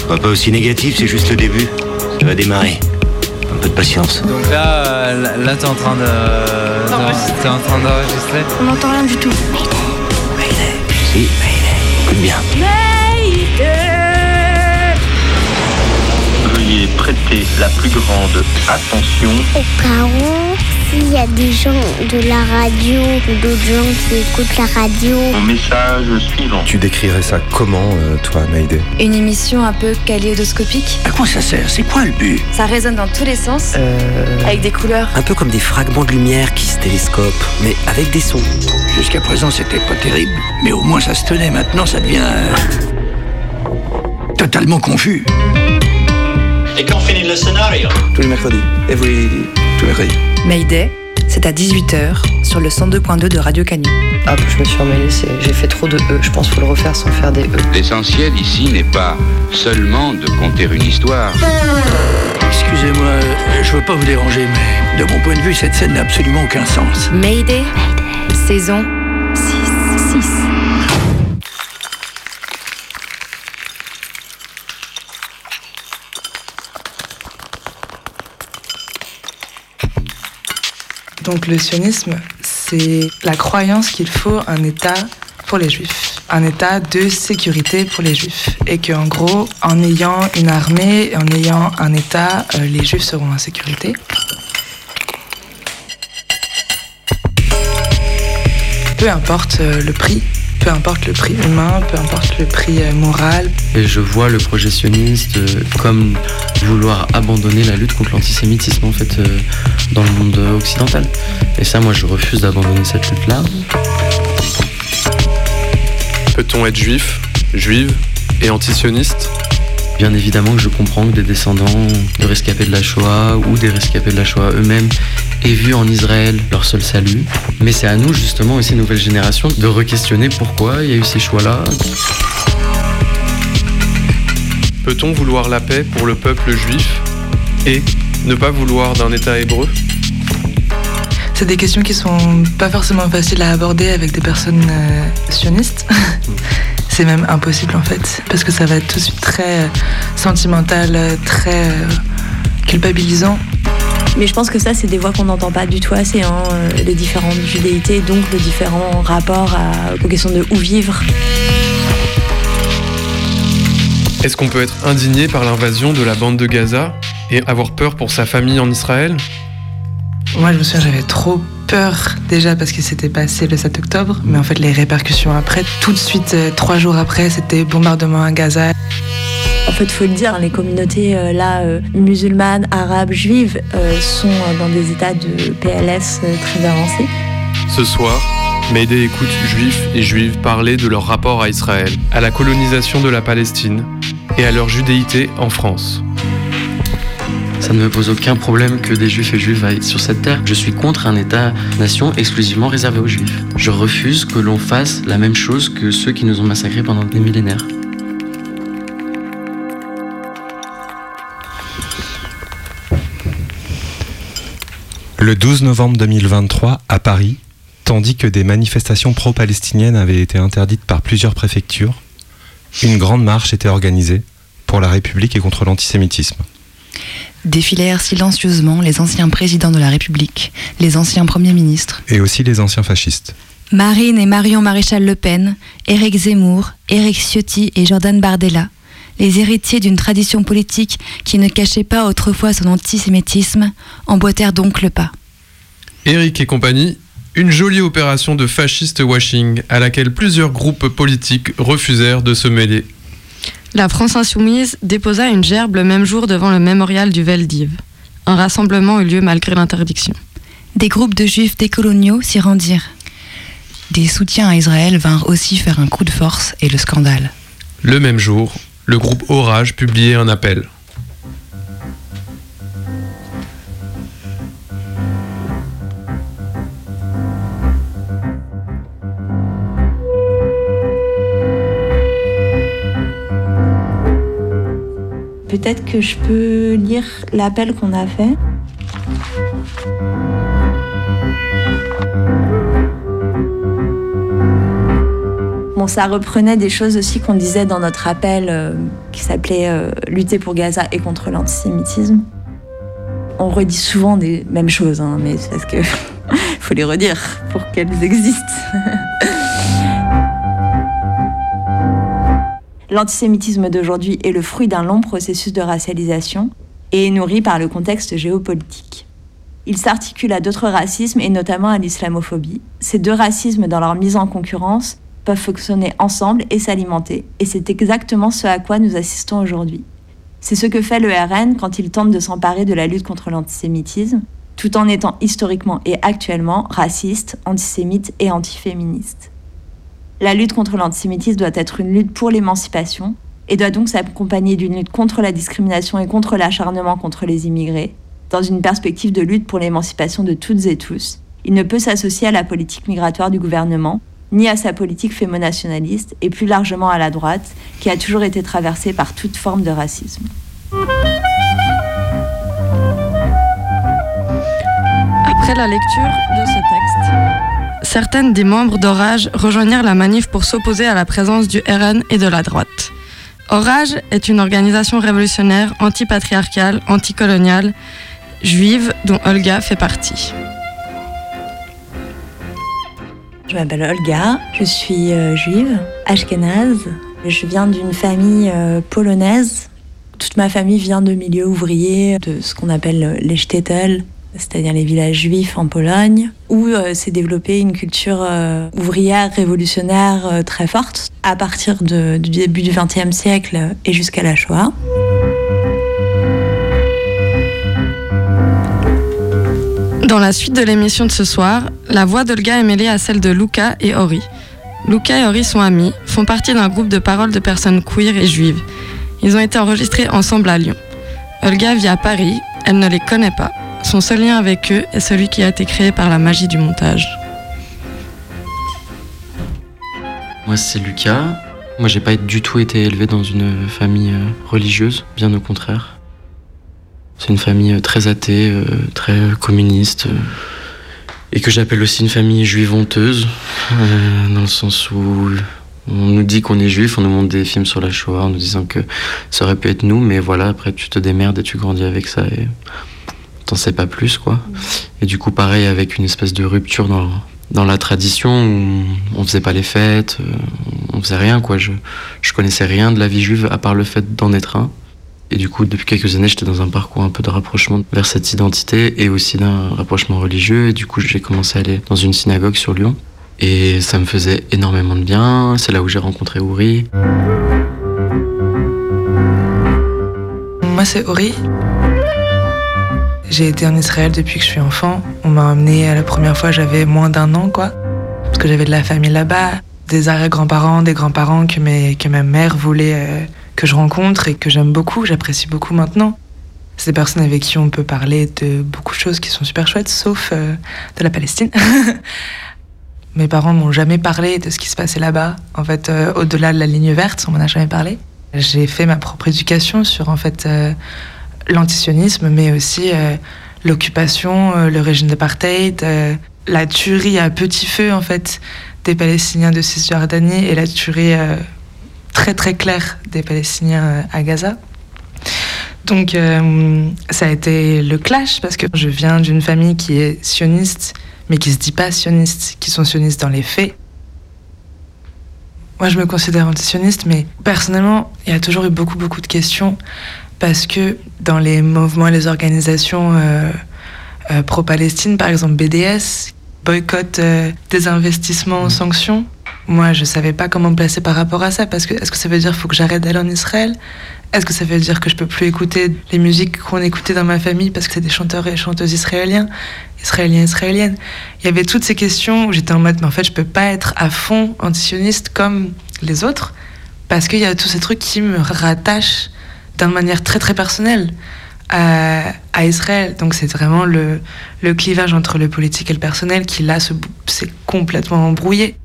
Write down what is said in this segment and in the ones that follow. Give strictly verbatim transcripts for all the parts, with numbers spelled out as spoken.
Sois pas aussi négatif, c'est juste le début. Ça va démarrer. Un peu de patience. Donc là, euh, là t'es en train de... de t'es en train d'enregistrer. On n'entend rien du tout. Mayday. Mayday. Si, Mayday. Écoute bien. Mayday. Veuillez prêter la plus grande attention. Au cas où, s'il y a des gens de la radio ou d'autres gens qui écoutent la radio. Mon message suivant. Tu décrirais ça comment, euh, toi, Mayday ? Une émission un peu kaléidoscopique. À quoi ça sert ? C'est quoi le but ? Ça résonne dans tous les sens, Euh... avec des couleurs. Un peu comme des fragments de lumière qui se télescopent, mais avec des sons. Jusqu'à présent, c'était pas terrible, mais au moins ça se tenait. Maintenant, ça devient euh, totalement confus. Et quand finit le scénario ? Tous les mercredis. Every... Tous les mercredis. Mayday, c'est à dix-huit heures sur le cent deux point deux de Radio Canu. Hop, je me suis emmêlée, c'est... j'ai fait trop de E. Je pense qu'il faut le refaire sans faire des E. L'essentiel ici n'est pas seulement de conter une histoire. Excusez-moi, euh, je veux pas vous déranger, mais de mon point de vue, cette scène n'a absolument aucun sens. Mayday, saison six. six. Donc le sionisme, c'est la croyance qu'il faut un État pour les Juifs, un État de sécurité pour les Juifs. Et qu'en gros, en ayant une armée, en ayant un État, euh, les Juifs seront en sécurité. Peu importe euh, le prix, peu importe le prix humain, peu importe le prix euh, moral. Et je vois le projet sioniste euh, comme vouloir abandonner la lutte contre l'antisémitisme en fait euh, dans le monde occidental. Et ça, moi, je refuse d'abandonner cette lutte-là. Peut-on être juif, juive et antisioniste ? Bien évidemment que je comprends que des descendants de rescapés de la Shoah ou des rescapés de la Shoah eux-mêmes aient vu en Israël leur seul salut. Mais c'est à nous, justement, aussi, nouvelle génération, de re-questionner pourquoi il y a eu ces choix-là. Peut-on vouloir la paix pour le peuple juif et ne pas vouloir d'un État hébreu ? C'est des questions qui sont pas forcément faciles à aborder avec des personnes euh, sionistes. C'est même impossible en fait, parce que ça va être tout de suite très euh, sentimental, très euh, culpabilisant. Mais je pense que ça, c'est des voix qu'on n'entend pas du tout assez, hein, les différentes judéités, donc le différent rapport à, aux questions de où vivre. Est-ce qu'on peut être indigné par l'invasion de la bande de Gaza et avoir peur pour sa famille en Israël ? Moi, je me souviens, j'avais trop peur déjà parce que c'était passé le sept octobre, mais en fait, les répercussions après, tout de suite, euh, trois jours après, c'était bombardement à Gaza. En fait, il faut le dire, les communautés euh, là, euh, musulmanes, arabes, juives euh, sont euh, dans des états de P L S euh, très avancés. Ce soir, Mayday écoute juifs et juives parler de leur rapport à Israël, à la colonisation de la Palestine et à leur judéité en France. Ça ne me pose aucun problème que des juifs et juives aillent sur cette terre. Je suis contre un État-nation exclusivement réservé aux juifs. Je refuse que l'on fasse la même chose que ceux qui nous ont massacrés pendant des millénaires. Le douze novembre deux mille vingt-trois, à Paris, tandis que des manifestations pro-palestiniennes avaient été interdites par plusieurs préfectures, une grande marche était organisée pour la République et contre l'antisémitisme. Défilèrent silencieusement les anciens présidents de la République, les anciens premiers ministres. Et aussi les anciens fascistes. Marine et Marion Maréchal Le Pen, Éric Zemmour, Éric Ciotti et Jordan Bardella, les héritiers d'une tradition politique qui ne cachait pas autrefois son antisémitisme, emboîtèrent donc le pas. Éric et compagnie, une jolie opération de fasciste washing à laquelle plusieurs groupes politiques refusèrent de se mêler. La France Insoumise déposa une gerbe le même jour devant le mémorial du Veldiv. Un rassemblement eut lieu malgré l'interdiction. Des groupes de juifs décoloniaux s'y rendirent. Des soutiens à Israël vinrent aussi faire un coup de force et le scandale. Le même jour, le groupe Orage publiait un appel. Peut-être que je peux lire l'appel qu'on a fait. Bon, ça reprenait des choses aussi qu'on disait dans notre appel euh, qui s'appelait euh, « Lutter pour Gaza et contre l'antisémitisme ». On redit souvent des mêmes choses, hein, mais c'est parce qu'il faut les redire pour qu'elles existent. L'antisémitisme d'aujourd'hui est le fruit d'un long processus de racialisation et est nourri par le contexte géopolitique. Il s'articule à d'autres racismes et notamment à l'islamophobie. Ces deux racismes, dans leur mise en concurrence, peuvent fonctionner ensemble et s'alimenter, et c'est exactement ce à quoi nous assistons aujourd'hui. C'est ce que fait le R N quand il tente de s'emparer de la lutte contre l'antisémitisme, tout en étant historiquement et actuellement raciste, antisémite et antiféministe. La lutte contre l'antisémitisme doit être une lutte pour l'émancipation et doit donc s'accompagner d'une lutte contre la discrimination et contre l'acharnement contre les immigrés, dans une perspective de lutte pour l'émancipation de toutes et tous. Il ne peut s'associer à la politique migratoire du gouvernement, ni à sa politique fémonationaliste, et plus largement à la droite, qui a toujours été traversée par toute forme de racisme. Après la lecture de ce texte, certaines des membres d'Orage rejoignirent la manif pour s'opposer à la présence du R N et de la droite. Orage est une organisation révolutionnaire, antipatriarcale, anticoloniale, juive, dont Olga fait partie. Je m'appelle Olga, je suis euh, juive, ashkénaze. Je viens d'une famille euh, polonaise. Toute ma famille vient de milieux ouvriers, de ce qu'on appelle les shtetl, c'est-à-dire les villages juifs en Pologne, où euh, s'est développée une culture euh, ouvrière, révolutionnaire euh, très forte, à partir de, du début du vingtième siècle et jusqu'à la Shoah. Dans la suite de l'émission de ce soir, la voix d'Olga est mêlée à celle de Luca et Ori. Luca et Ori sont amis, font partie d'un groupe de paroles de personnes queer et juives. Ils ont été enregistrés ensemble à Lyon. Olga vit à Paris, elle ne les connaît pas. Son seul lien avec eux est celui qui a été créé par la magie du montage. Moi, c'est Lucas. Moi, j'ai pas du tout été élevé dans une famille religieuse, bien au contraire. C'est une famille très athée, très communiste, et que j'appelle aussi une famille juive honteuse, euh, dans le sens où on nous dit qu'on est juif, on nous montre des films sur la Shoah en nous disant que ça aurait pu être nous, mais voilà, après tu te démerdes et tu grandis avec ça et t'en sais pas plus, quoi. Et du coup, pareil, avec une espèce de rupture dans, dans la tradition où on faisait pas les fêtes, on faisait rien, quoi. Je, je connaissais rien de la vie juive à part le fait d'en être un. Et du coup, depuis quelques années, j'étais dans un parcours un peu de rapprochement vers cette identité et aussi d'un rapprochement religieux. Et du coup, j'ai commencé à aller dans une synagogue sur Lyon. Et ça me faisait énormément de bien. C'est là où j'ai rencontré Ori. Moi, c'est Ori. J'ai été en Israël depuis que je suis enfant. On m'a emmenée la première fois, j'avais moins d'un an, quoi. Parce que j'avais de la famille là-bas, des arrière-grands-parents, des grands-parents que, mes, que ma mère voulait... Euh, que je rencontre et que j'aime beaucoup, j'apprécie beaucoup maintenant. C'est des personnes avec qui on peut parler de beaucoup de choses qui sont super chouettes, sauf euh, de la Palestine. Mes parents m'ont jamais parlé de ce qui se passait là-bas. En fait, euh, au-delà de la ligne verte, on m'en a jamais parlé. J'ai fait ma propre éducation sur en fait euh, l'antisionisme, mais aussi euh, l'occupation, euh, le régime d'apartheid, euh, la tuerie à petit feu en fait des Palestiniens de Cisjordanie et la tuerie euh, très très clair des Palestiniens à Gaza. Donc euh, ça a été le clash parce que je viens d'une famille qui est sioniste, mais qui se dit pas sioniste, qui sont sionistes dans les faits. Moi je me considère antisioniste, mais personnellement il y a toujours eu beaucoup beaucoup de questions parce que dans les mouvements et les organisations euh, euh, pro-Palestine, par exemple B D S, boycott euh, des investissements en sanctions, moi, je savais pas comment me placer par rapport à ça, parce que est-ce que ça veut dire qu'il faut que j'arrête d'aller en Israël ? Est-ce que ça veut dire que je peux plus écouter les musiques qu'on écoutait dans ma famille parce que c'est des chanteurs et chanteuses israéliens, israéliens, israéliennes ? Il y avait toutes ces questions où j'étais en mode, mais en fait, je peux pas être à fond antisioniste comme les autres, parce qu'il y a tous ces trucs qui me rattachent d'une manière très très personnelle à, à Israël. Donc c'est vraiment le, le clivage entre le politique et le personnel qui là, se, s'est complètement embrouillé.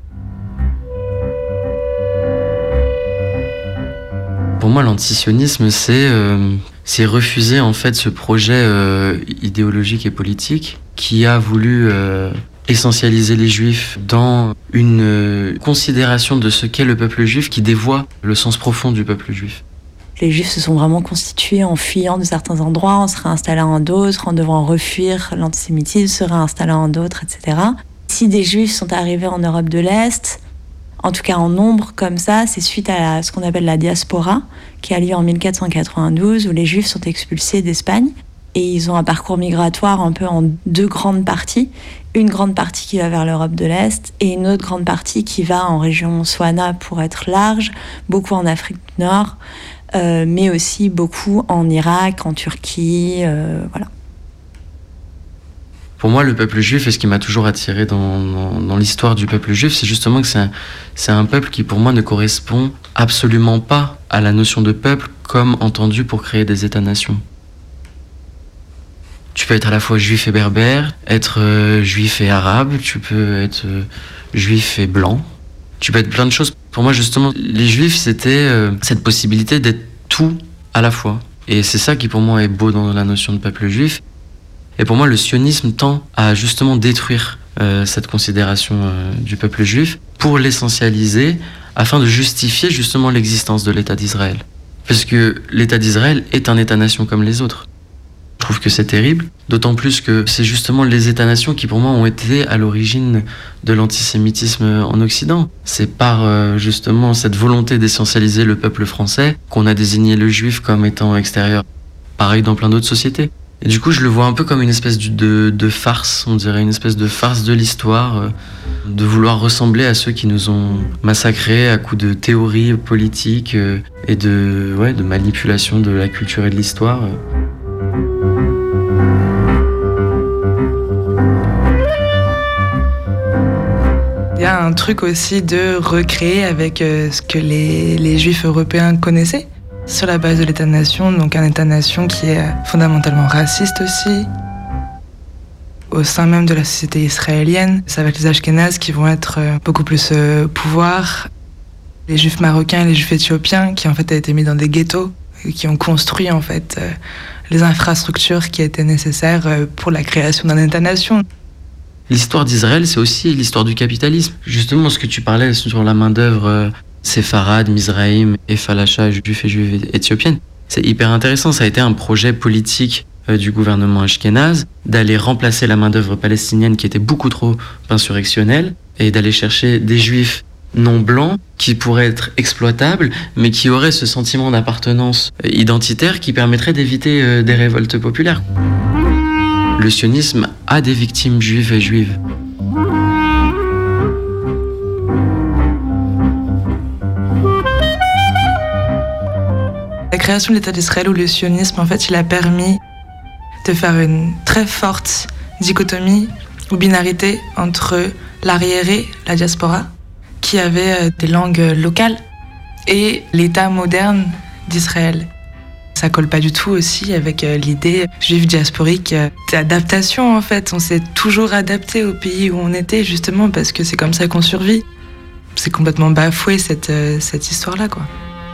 Pour moi, l'antisionisme, c'est, euh, c'est refuser en fait ce projet euh, idéologique et politique qui a voulu euh, essentialiser les juifs dans une considération de ce qu'est le peuple juif qui dévoie le sens profond du peuple juif. Les juifs se sont vraiment constitués en fuyant de certains endroits, en se réinstallant en d'autres, en devant refuir l'antisémitisme, se réinstallant en d'autres, et cetera. Si des juifs sont arrivés en Europe de l'Est, en tout cas en nombre comme ça, c'est suite à la, ce qu'on appelle la diaspora, qui a lieu en mille quatre cent quatre-vingt-douze, où les juifs sont expulsés d'Espagne. Et ils ont un parcours migratoire un peu en deux grandes parties. Une grande partie qui va vers l'Europe de l'Est et une autre grande partie qui va en région Swana pour être large, beaucoup en Afrique du Nord, euh, mais aussi beaucoup en Irak, en Turquie, euh, voilà. Pour moi, le peuple juif, et ce qui m'a toujours attiré dans, dans, dans l'histoire du peuple juif, c'est justement que c'est un, c'est un peuple qui, pour moi, ne correspond absolument pas à la notion de peuple comme entendue pour créer des États-nations. Tu peux être à la fois juif et berbère, être euh, juif et arabe, tu peux être euh, juif et blanc, tu peux être plein de choses. Pour moi, justement, les juifs, c'était euh, cette possibilité d'être tout à la fois. Et c'est ça qui, pour moi, est beau dans la notion de peuple juif. Et pour moi, le sionisme tend à justement détruire euh, cette considération euh, du peuple juif pour l'essentialiser afin de justifier justement l'existence de l'État d'Israël. Parce que l'État d'Israël est un État-nation comme les autres. Je trouve que c'est terrible, d'autant plus que c'est justement les États-nations qui pour moi ont été à l'origine de l'antisémitisme en Occident. C'est par euh, justement cette volonté d'essentialiser le peuple français qu'on a désigné le juif comme étant extérieur. Pareil dans plein d'autres sociétés. Et du coup, je le vois un peu comme une espèce de, de farce, on dirait une espèce de farce de l'histoire, euh, de vouloir ressembler à ceux qui nous ont massacrés à coups de théories politiques euh, et de, ouais, de manipulation de la culture et de l'histoire. Euh. Il y a un truc aussi de recréer avec euh, ce que les, les juifs européens connaissaient. Sur la base de l'État-nation, donc un État-nation qui est fondamentalement raciste aussi. Au sein même de la société israélienne, ça va être les Ashkénazes qui vont être beaucoup plus euh, pouvoir. Les Juifs marocains et les Juifs éthiopiens qui en fait ont été mis dans des ghettos et qui ont construit en fait euh, les infrastructures qui étaient nécessaires euh, pour la création d'un État-nation. L'histoire d'Israël, c'est aussi l'histoire du capitalisme. Justement, ce que tu parlais sur la main-d'œuvre euh, séfarade, Mizraïm et Falasha, juifs et juives éthiopiennes. C'est hyper intéressant, ça a été un projet politique euh, du gouvernement ashkénaze d'aller remplacer la main-d'œuvre palestinienne qui était beaucoup trop insurrectionnelle et d'aller chercher des juifs non blancs qui pourraient être exploitables mais qui auraient ce sentiment d'appartenance euh, identitaire qui permettrait d'éviter euh, des révoltes populaires. Le sionisme a des victimes juives et juives. La création de l'État d'Israël ou le sionisme, en fait, il a permis de faire une très forte dichotomie ou binarité entre l'arriéré, la diaspora, qui avait des langues locales, et l'État moderne d'Israël. Ça colle pas du tout aussi avec l'idée juive diasporique d'adaptation, en fait. On s'est toujours adapté au pays où on était, justement, parce que c'est comme ça qu'on survit. C'est complètement bafoué, cette, cette histoire-là, quoi.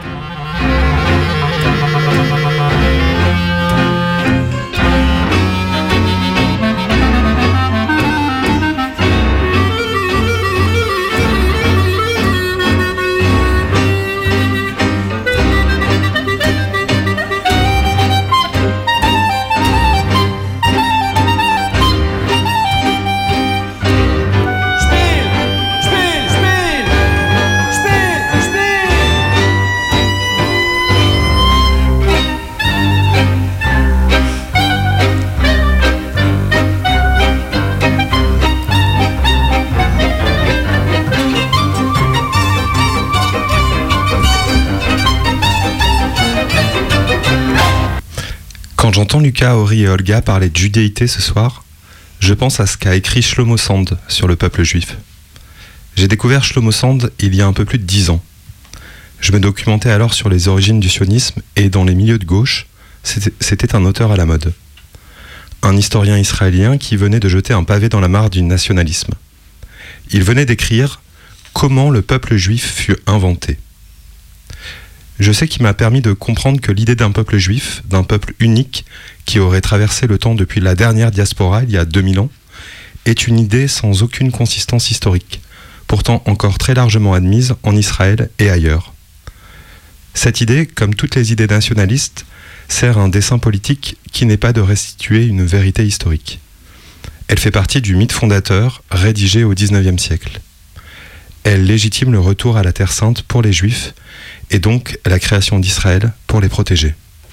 Quand j'entends Lucas, Ori et Olga parler de judéité ce soir, je pense à ce qu'a écrit Shlomo Sand sur le peuple juif. J'ai découvert Shlomo Sand il y a un peu plus de dix ans. Je me documentais alors sur les origines du sionisme et dans les milieux de gauche, c'était, c'était un auteur à la mode. Un historien israélien qui venait de jeter un pavé dans la mare du nationalisme. Il venait d'écrire « Comment le peuple juif fut inventé ». Je sais qu'il m'a permis de comprendre que l'idée d'un peuple juif, d'un peuple unique, qui aurait traversé le temps depuis la dernière diaspora, il y a deux mille ans, est une idée sans aucune consistance historique, pourtant encore très largement admise en Israël et ailleurs. Cette idée, comme toutes les idées nationalistes, sert un dessein politique qui n'est pas de restituer une vérité historique. Elle fait partie du mythe fondateur rédigé au dix-neuvième siècle. Elle légitime le retour à la Terre Sainte pour les Juifs et donc la création d'Israël pour les protéger.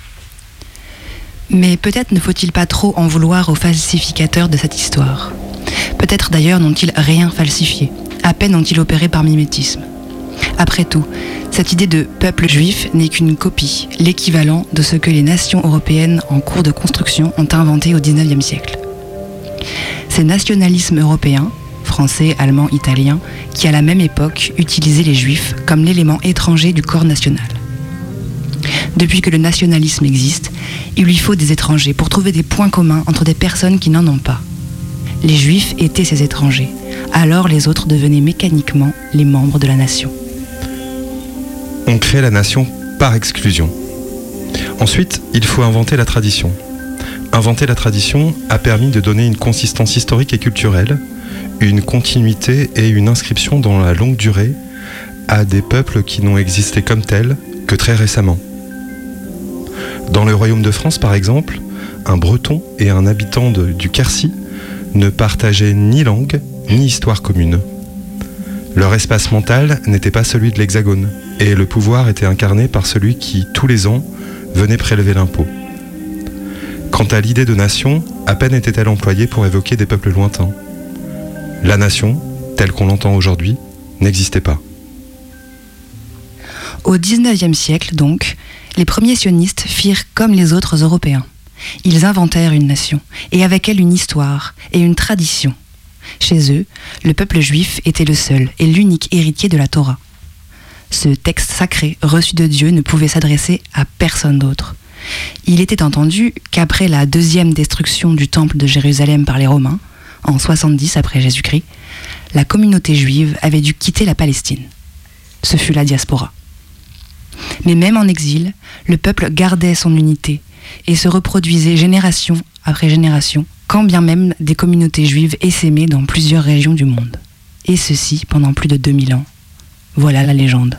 Mais peut-être ne faut-il pas trop en vouloir aux falsificateurs de cette histoire. Peut-être d'ailleurs n'ont-ils rien falsifié, à peine ont-ils opéré par mimétisme. Après tout, cette idée de peuple juif n'est qu'une copie, l'équivalent de ce que les nations européennes en cours de construction ont inventé au dix-neuvième siècle. Ces nationalismes européens, français, allemands, italiens, qui à la même époque utilisaient les juifs comme l'élément étranger du corps national. Depuis que le nationalisme existe, il lui faut des étrangers pour trouver des points communs entre des personnes qui n'en ont pas. Les juifs étaient ces étrangers, alors les autres devenaient mécaniquement les membres de la nation. On crée la nation par exclusion. Ensuite, il faut inventer la tradition. Inventer la tradition a permis de donner une consistance historique et culturelle, une continuité et une inscription dans la longue durée à des peuples qui n'ont existé comme tels que très récemment. Dans le royaume de France, par exemple, un breton et un habitant de, du Quercy ne partageaient ni langue ni histoire commune. Leur espace mental n'était pas celui de l'Hexagone, et le pouvoir était incarné par celui qui, tous les ans, venait prélever l'impôt. Quant à l'idée de nation, à peine était-elle employée pour évoquer des peuples lointains. La nation, telle qu'on l'entend aujourd'hui, n'existait pas. Au dix-neuvième siècle, donc, les premiers sionistes firent comme les autres Européens. Ils inventèrent une nation, et avec elle une histoire et une tradition. Chez eux, le peuple juif était le seul et l'unique héritier de la Torah. Ce texte sacré reçu de Dieu ne pouvait s'adresser à personne d'autre. Il était entendu qu'après la deuxième destruction du temple de Jérusalem par les Romains, en soixante-dix après Jésus-Christ, la communauté juive avait dû quitter la Palestine. Ce fut la diaspora. Mais même en exil, le peuple gardait son unité et se reproduisait génération après génération, quand bien même des communautés juives essaimaient dans plusieurs régions du monde. Et ceci pendant plus de deux mille ans. Voilà la légende.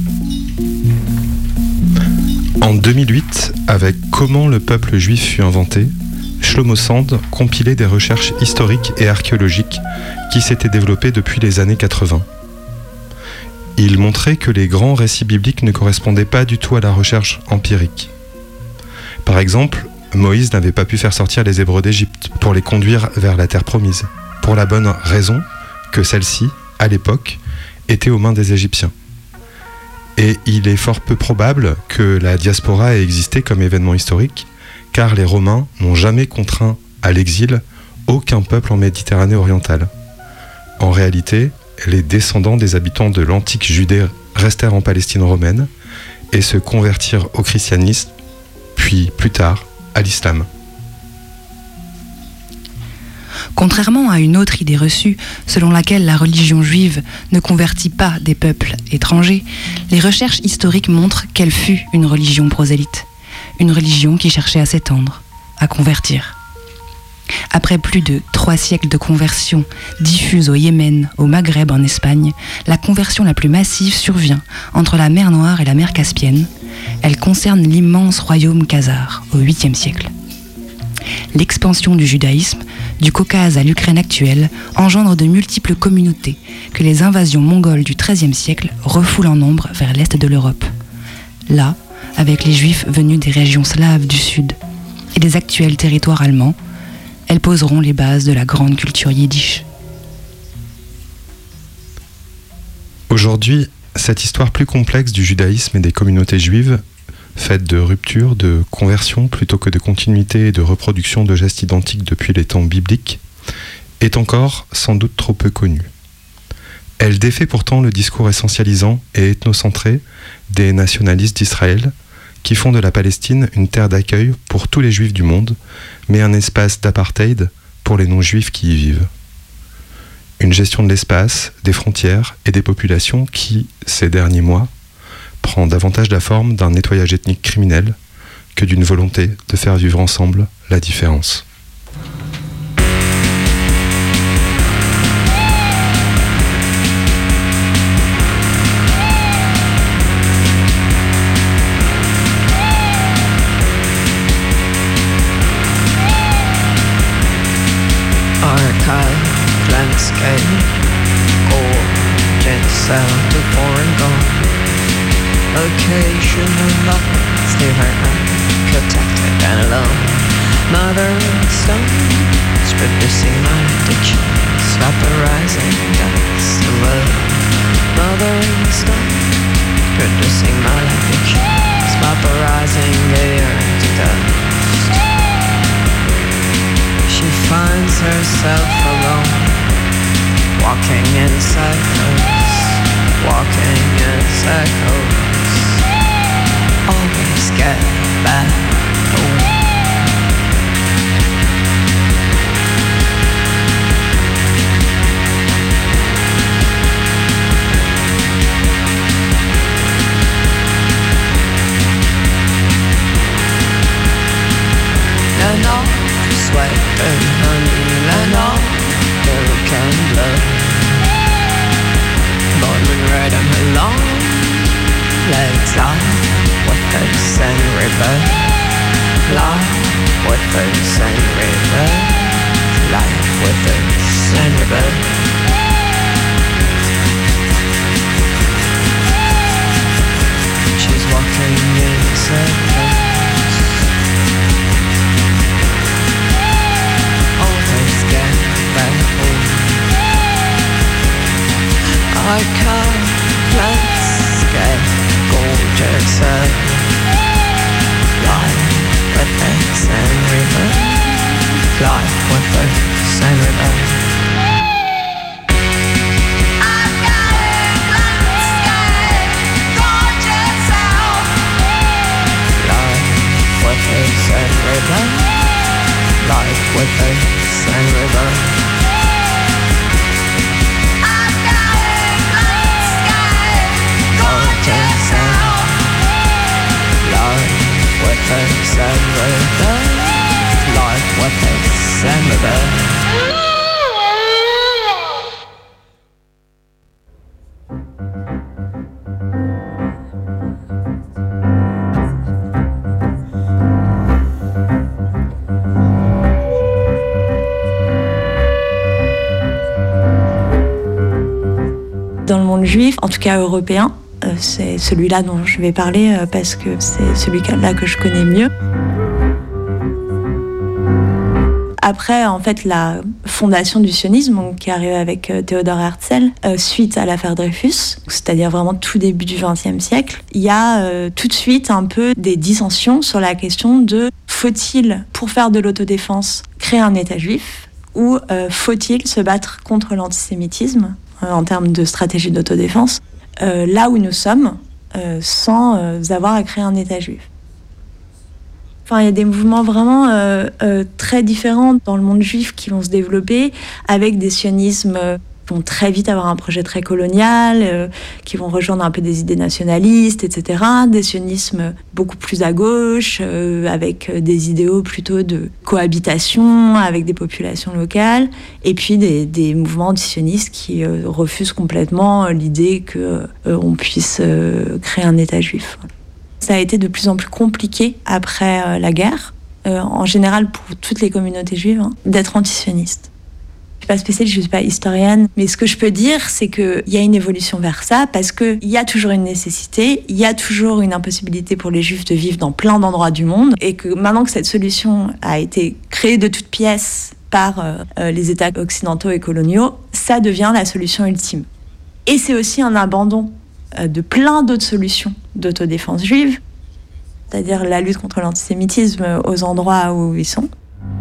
En deux mille huit, avec Comment le peuple juif fut inventé, Shlomo Sand compilait des recherches historiques et archéologiques qui s'étaient développées depuis les années quatre-vingts. Il montrait que les grands récits bibliques ne correspondaient pas du tout à la recherche empirique. Par exemple, Moïse n'avait pas pu faire sortir les Hébreux d'Égypte pour les conduire vers la terre promise, pour la bonne raison que celle-ci, à l'époque, était aux mains des Égyptiens. Et il est fort peu probable que la diaspora ait existé comme événement historique, car les Romains n'ont jamais contraint à l'exil aucun peuple en Méditerranée orientale. En réalité, les descendants des habitants de l'antique Judée restèrent en Palestine romaine et se convertirent au christianisme, puis plus tard à l'islam. Contrairement à une autre idée reçue, selon laquelle la religion juive ne convertit pas des peuples étrangers, les recherches historiques montrent qu'elle fut une religion prosélyte, une religion qui cherchait à s'étendre, à convertir. Après plus de trois siècles de conversion diffuse au Yémen, au Maghreb, en Espagne, la conversion la plus massive survient entre la mer Noire et la mer Caspienne. Elle concerne l'immense royaume khazar au huitième siècle. L'expansion du judaïsme, du Caucase à l'Ukraine actuelle, engendre de multiples communautés que les invasions mongoles du treizième siècle refoulent en nombre vers l'est de l'Europe. Là, avec les juifs venus des régions slaves du sud et des actuels territoires allemands, elles poseront les bases de la grande culture yiddish. Aujourd'hui, cette histoire plus complexe du judaïsme et des communautés juives, faite de rupture, de conversion plutôt que de continuité et de reproduction de gestes identiques depuis les temps bibliques, est encore sans doute trop peu connue. Elle défait pourtant le discours essentialisant et ethnocentré des nationalistes d'Israël, qui font de la Palestine une terre d'accueil pour tous les juifs du monde, mais un espace d'apartheid pour les non-juifs qui y vivent. Une gestion de l'espace, des frontières et des populations qui, ces derniers mois, prend davantage la forme d'un nettoyage ethnique criminel que d'une volonté de faire vivre ensemble la différence. location of lovers, leave her unprotected and alone. Mother stones, producing my addictions, vaporizing dust away. Mother stones, producing my addictions, vaporizing the earth to dust. She finds herself alone, walking in circles, walking in circles. Always get back home. And all sweat and honey, and all milk and blood. Born and red and her long legs are with us and river. Life with us and river. Life with us and river. She's walking in circles. I can't landscape gorgeous earth. Life with us and river. Life with us and river. I've got a landscape gorgeous earth. Life with us and river. Life with us and river. Dans le monde juif, en tout cas européen, euh, c'est celui-là dont je vais parler euh, parce que c'est celui-là que je connais mieux. Après, en fait, la fondation du sionisme, donc, qui est arrivée avec euh, Theodor Herzl, euh, suite à l'affaire Dreyfus, c'est-à-dire vraiment tout début du vingtième siècle, il y a euh, tout de suite un peu des dissensions sur la question de faut-il, pour faire de l'autodéfense, créer un État juif ou euh, faut-il se battre contre l'antisémitisme euh, en termes de stratégie d'autodéfense, euh, là où nous sommes, euh, sans euh, avoir à créer un État juif. Enfin, il y a des mouvements vraiment euh, euh, très différents dans le monde juif qui vont se développer, avec des sionismes euh, qui vont très vite avoir un projet très colonial, euh, qui vont rejoindre un peu des idées nationalistes, et cetera. Des sionismes beaucoup plus à gauche, euh, avec des idéaux plutôt de cohabitation avec des populations locales, et puis des, des mouvements sionistes qui euh, refusent complètement l'idée qu'on euh, puisse euh, créer un État juif. Ça a été de plus en plus compliqué après euh, la guerre, euh, en général pour toutes les communautés juives, hein, d'être antisioniste. Je suis pas spécialiste, je suis pas historienne, mais ce que je peux dire, c'est qu'il y a une évolution vers ça, parce qu'il y a toujours une nécessité, il y a toujours une impossibilité pour les juifs de vivre dans plein d'endroits du monde, et que maintenant que cette solution a été créée de toutes pièces par euh, les États occidentaux et coloniaux, ça devient la solution ultime. Et c'est aussi un abandon de plein d'autres solutions d'autodéfense juive, c'est-à-dire la lutte contre l'antisémitisme aux endroits où ils sont.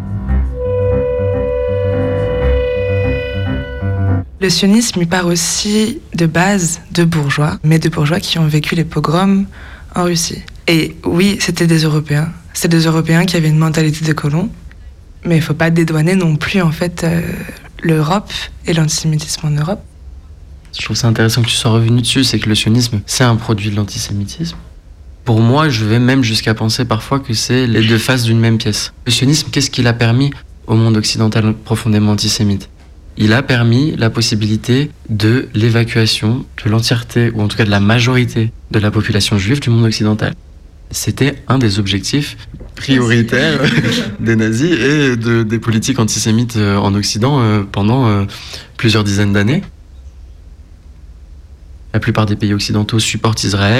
Le sionisme, il part aussi de base de bourgeois, mais de bourgeois qui ont vécu les pogroms en Russie. Et oui, c'était des Européens. C'était des Européens qui avaient une mentalité de colons, mais il ne faut pas dédouaner non plus en fait euh, l'Europe et l'antisémitisme en Europe. Je trouve ça intéressant que tu sois revenu dessus, c'est que le sionisme, c'est un produit de l'antisémitisme. Pour moi, je vais même jusqu'à penser parfois que c'est les deux faces d'une même pièce. Le sionisme, qu'est-ce qu'il a permis au monde occidental profondément antisémite ? Il a permis la possibilité de l'évacuation de l'entièreté, ou en tout cas de la majorité de la population juive du monde occidental. C'était un des objectifs prioritaires des nazis et de, des politiques antisémites en Occident pendant plusieurs dizaines d'années. La plupart des pays occidentaux supportent Israël.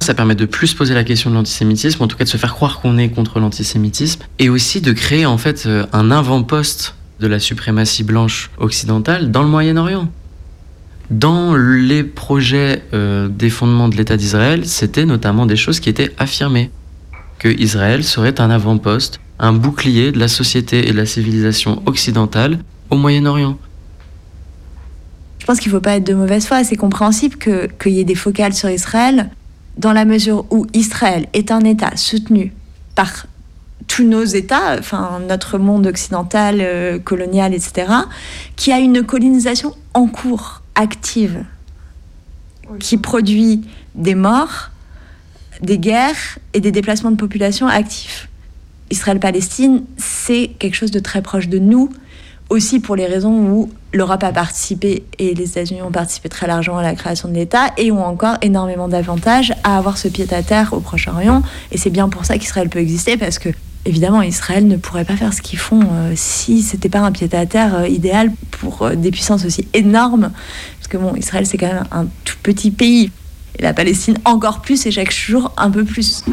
Ça permet de plus poser la question de l'antisémitisme, en tout cas de se faire croire qu'on est contre l'antisémitisme, et aussi de créer en fait un avant-poste de la suprématie blanche occidentale dans le Moyen-Orient. Dans les projets euh, des fondements de l'État d'Israël, c'était notamment des choses qui étaient affirmées. Que Israël serait un avant-poste, un bouclier de la société et de la civilisation occidentale au Moyen-Orient. Je pense qu'il ne faut pas être de mauvaise foi, c'est compréhensible que, qu'il y ait des focales sur Israël, dans la mesure où Israël est un État soutenu par tous nos États, enfin notre monde occidental, euh, colonial, et cetera, qui a une colonisation en cours, active, qui produit des morts, des guerres et des déplacements de population actifs. Israël-Palestine, c'est quelque chose de très proche de nous, aussi pour les raisons où l'Europe a participé et les États-Unis ont participé très largement à la création de l'État et ont encore énormément d'avantages à avoir ce pied-à-terre au Proche-Orient. Et c'est bien pour ça qu'Israël peut exister, parce que, évidemment, Israël ne pourrait pas faire ce qu'ils font euh, si c'était pas un pied-à-terre euh, idéal pour euh, des puissances aussi énormes. Parce que bon, Israël, c'est quand même un tout petit pays. Et la Palestine encore plus, et chaque jour un peu plus.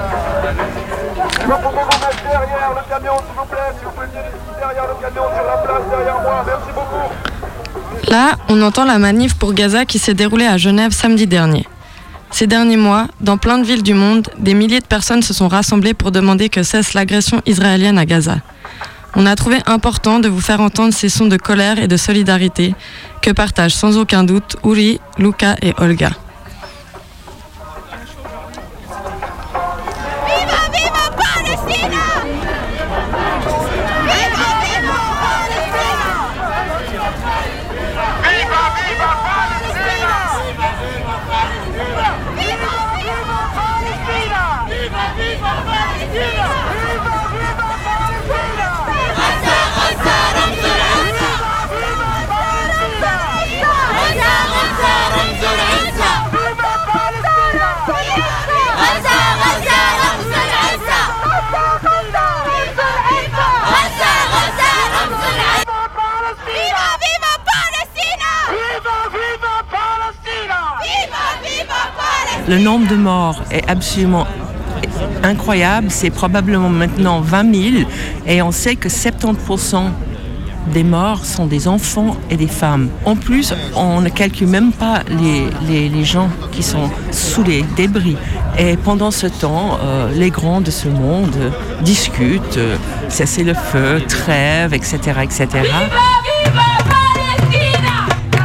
Là, on entend la manif pour Gaza qui s'est déroulée à Genève samedi dernier. Ces derniers mois, dans plein de villes du monde, des milliers de personnes se sont rassemblées pour demander que cesse l'agression israélienne à Gaza. On a trouvé important de vous faire entendre ces sons de colère et de solidarité que partagent sans aucun doute Uri, Luca et Olga. Le nombre de morts est absolument incroyable. C'est probablement maintenant vingt mille. Et on sait que soixante-dix pour cent des morts sont des enfants et des femmes. En plus, on ne calcule même pas les, les, les gens qui sont sous les débris. Et pendant ce temps, euh, les grands de ce monde euh, discutent, euh, cesser le feu, trêve, et cetera, et cetera. Viva, viva Palestina!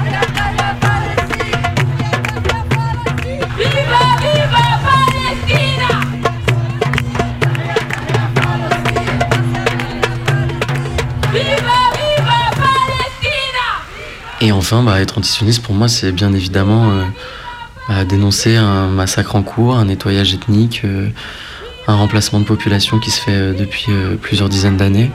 Viva, viva Palestina! Viva, viva Palestina! Et enfin, bah, être antisioniste, pour moi, c'est bien évidemment euh, bah, dénoncer un massacre en cours, un nettoyage ethnique, euh, un remplacement de population qui se fait euh, depuis euh, plusieurs dizaines d'années.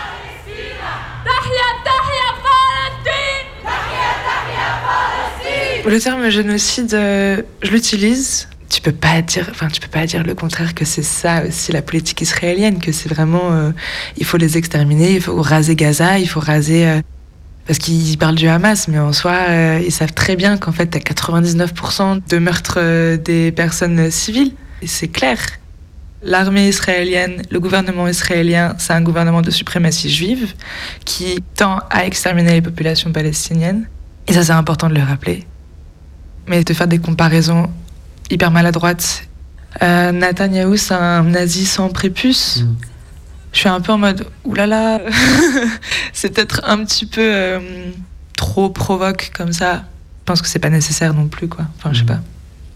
Le terme génocide, euh, je l'utilise. Tu peux pas dire, enfin, tu peux pas dire le contraire, que c'est ça aussi la politique israélienne, que c'est vraiment, euh, il faut les exterminer, il faut raser Gaza, il faut raser, euh, parce qu'ils parlent du Hamas, mais en soi, euh, ils savent très bien qu'en fait, t'as quatre-vingt-dix-neuf pour cent de meurtres euh, des personnes civiles, et c'est clair. L'armée israélienne, le gouvernement israélien, c'est un gouvernement de suprématie juive qui tend à exterminer les populations palestiniennes, et ça, c'est important de le rappeler. Mais de faire des comparaisons hyper maladroites. Euh, Netanyahou, c'est un nazi sans prépuce. Mmh. Je suis un peu en mode, oulala, c'est peut-être un petit peu euh, trop provoque comme ça. Je pense que c'est pas nécessaire non plus, quoi. Enfin, je sais pas.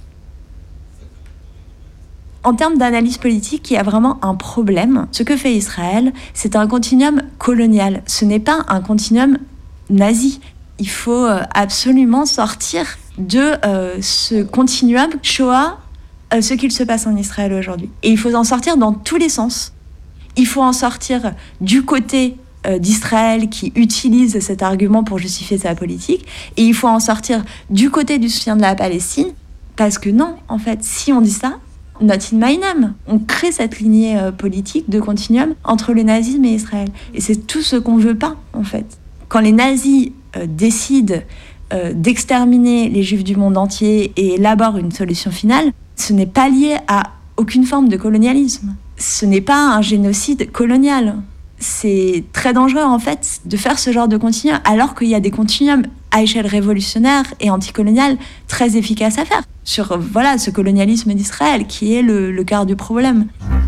En termes d'analyse politique, il y a vraiment un problème. Ce que fait Israël, c'est un continuum colonial. Ce n'est pas un continuum nazi. Il faut absolument sortir de euh, ce continuum Shoah, euh, ce qu'il se passe en Israël aujourd'hui. Et il faut en sortir dans tous les sens. Il faut en sortir du côté euh, d'Israël qui utilise cet argument pour justifier sa politique, et il faut en sortir du côté du soutien de la Palestine, parce que non, en fait, si on dit ça, not in my name. On crée cette lignée euh, politique de continuum entre le nazisme et Israël. Et c'est tout ce qu'on veut pas, en fait. Quand les nazis euh, décident euh, d'exterminer les juifs du monde entier et élabore une solution finale, ce n'est pas lié à aucune forme de colonialisme. Ce n'est pas un génocide colonial. C'est très dangereux en fait de faire ce genre de continuum alors qu'il y a des continuums à échelle révolutionnaire et anticoloniale très efficaces à faire sur voilà, ce colonialisme d'Israël qui est le, le cœur du problème.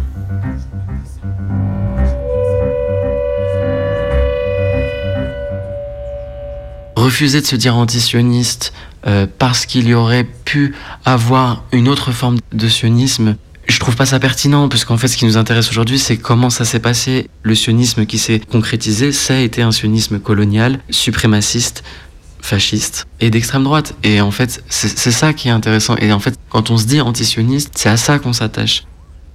Refuser de se dire anti-sioniste euh, parce qu'il y aurait pu avoir une autre forme de sionisme, je trouve pas ça pertinent, puisqu'en fait ce qui nous intéresse aujourd'hui c'est comment ça s'est passé. Le sionisme qui s'est concrétisé, ça a été un sionisme colonial, suprémaciste, fasciste et d'extrême droite. Et en fait c'est, c'est ça qui est intéressant. Et en fait quand on se dit anti-sioniste, c'est à ça qu'on s'attache.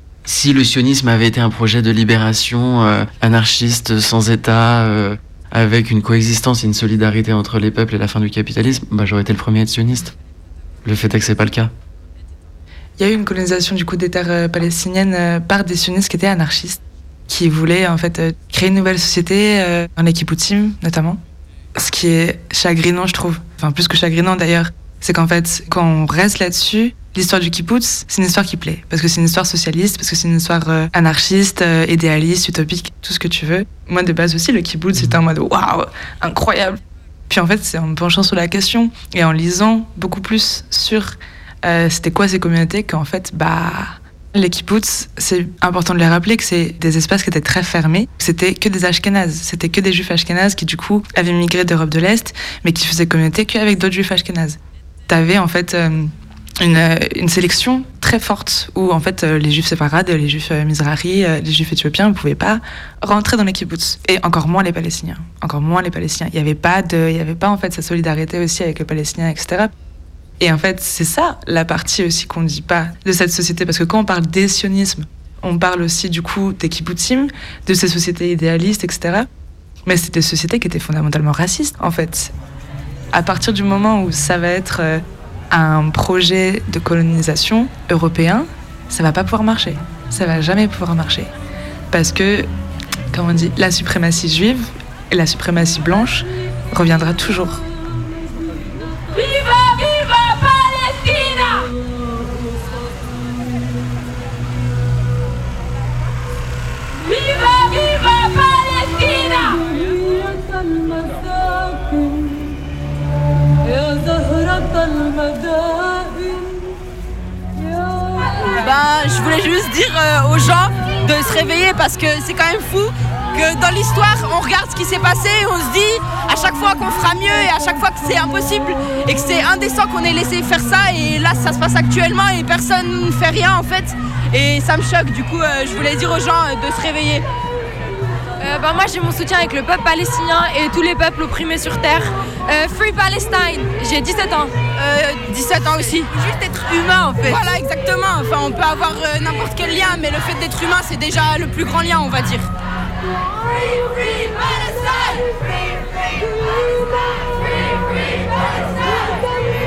Si le sionisme avait été un projet de libération euh, anarchiste, sans État, euh, avec une coexistence et une solidarité entre les peuples et la fin du capitalisme, bah j'aurais été le premier à être sioniste. Le fait est que c'est pas le cas. Il y a eu une colonisation du coup des terres palestiniennes par des sionistes qui étaient anarchistes, qui voulaient en fait créer une nouvelle société, euh, dans les kibbutzim notamment. Ce qui est chagrinant, je trouve, enfin plus que chagrinant d'ailleurs, c'est qu'en fait quand on reste là-dessus, l'histoire du kibbutz, c'est une histoire qui plaît, parce que c'est une histoire socialiste, parce que c'est une histoire euh, anarchiste, euh, idéaliste, utopique, tout ce que tu veux. Moi de base aussi, le kibbutz c'était en mode waouh, incroyable. Puis en fait c'est en me penchant sur la question et en lisant beaucoup plus sur Euh, c'était quoi ces communautés qu'en fait, bah, les kibbutz, c'est important de les rappeler que c'est des espaces qui étaient très fermés. C'était que des ashkénazes, c'était que des juifs ashkénazes qui du coup avaient migré d'Europe de l'Est, mais qui faisaient communauté qu'avec d'autres juifs ashkénazes. T'avais en fait euh, une, une sélection très forte où en fait euh, les juifs séfarades, les juifs euh, mizrahi, euh, les juifs éthiopiens ne pouvaient pas rentrer dans les kibbutz. Et encore moins les Palestiniens. Encore moins les Palestiniens. Il n'y avait pas de, il y avait pas en fait cette solidarité aussi avec les Palestiniens, et cetera. Et en fait, c'est ça la partie aussi qu'on ne dit pas de cette société. Parce que quand on parle des sionismes, on parle aussi du coup des kibbutzim, de ces sociétés idéalistes, et cetera. Mais c'est des sociétés qui étaient fondamentalement racistes, en fait. À partir du moment où ça va être euh, un projet de colonisation européen, ça va pas pouvoir marcher. Ça va jamais pouvoir marcher. Parce que, comme on dit, la suprématie juive et la suprématie blanche reviendra toujours. Ben, je voulais juste dire euh, aux gens de se réveiller parce que c'est quand même fou que dans l'histoire on regarde ce qui s'est passé et on se dit à chaque fois qu'on fera mieux et à chaque fois que c'est impossible et que c'est indécent qu'on ait laissé faire ça et là ça se passe actuellement et personne ne fait rien en fait et ça me choque. Du coup euh, je voulais dire aux gens euh, de se réveiller. Euh, bah moi j'ai mon soutien avec le peuple palestinien et tous les peuples opprimés sur terre. Euh, Free Palestine, j'ai dix-sept ans. Euh, dix-sept ans aussi. Juste être humain en fait. Voilà exactement, enfin on peut avoir euh, n'importe quel lien mais le fait d'être humain c'est déjà le plus grand lien on va dire. Free, free Palestine! Free, free Palestine! Free, free Palestine!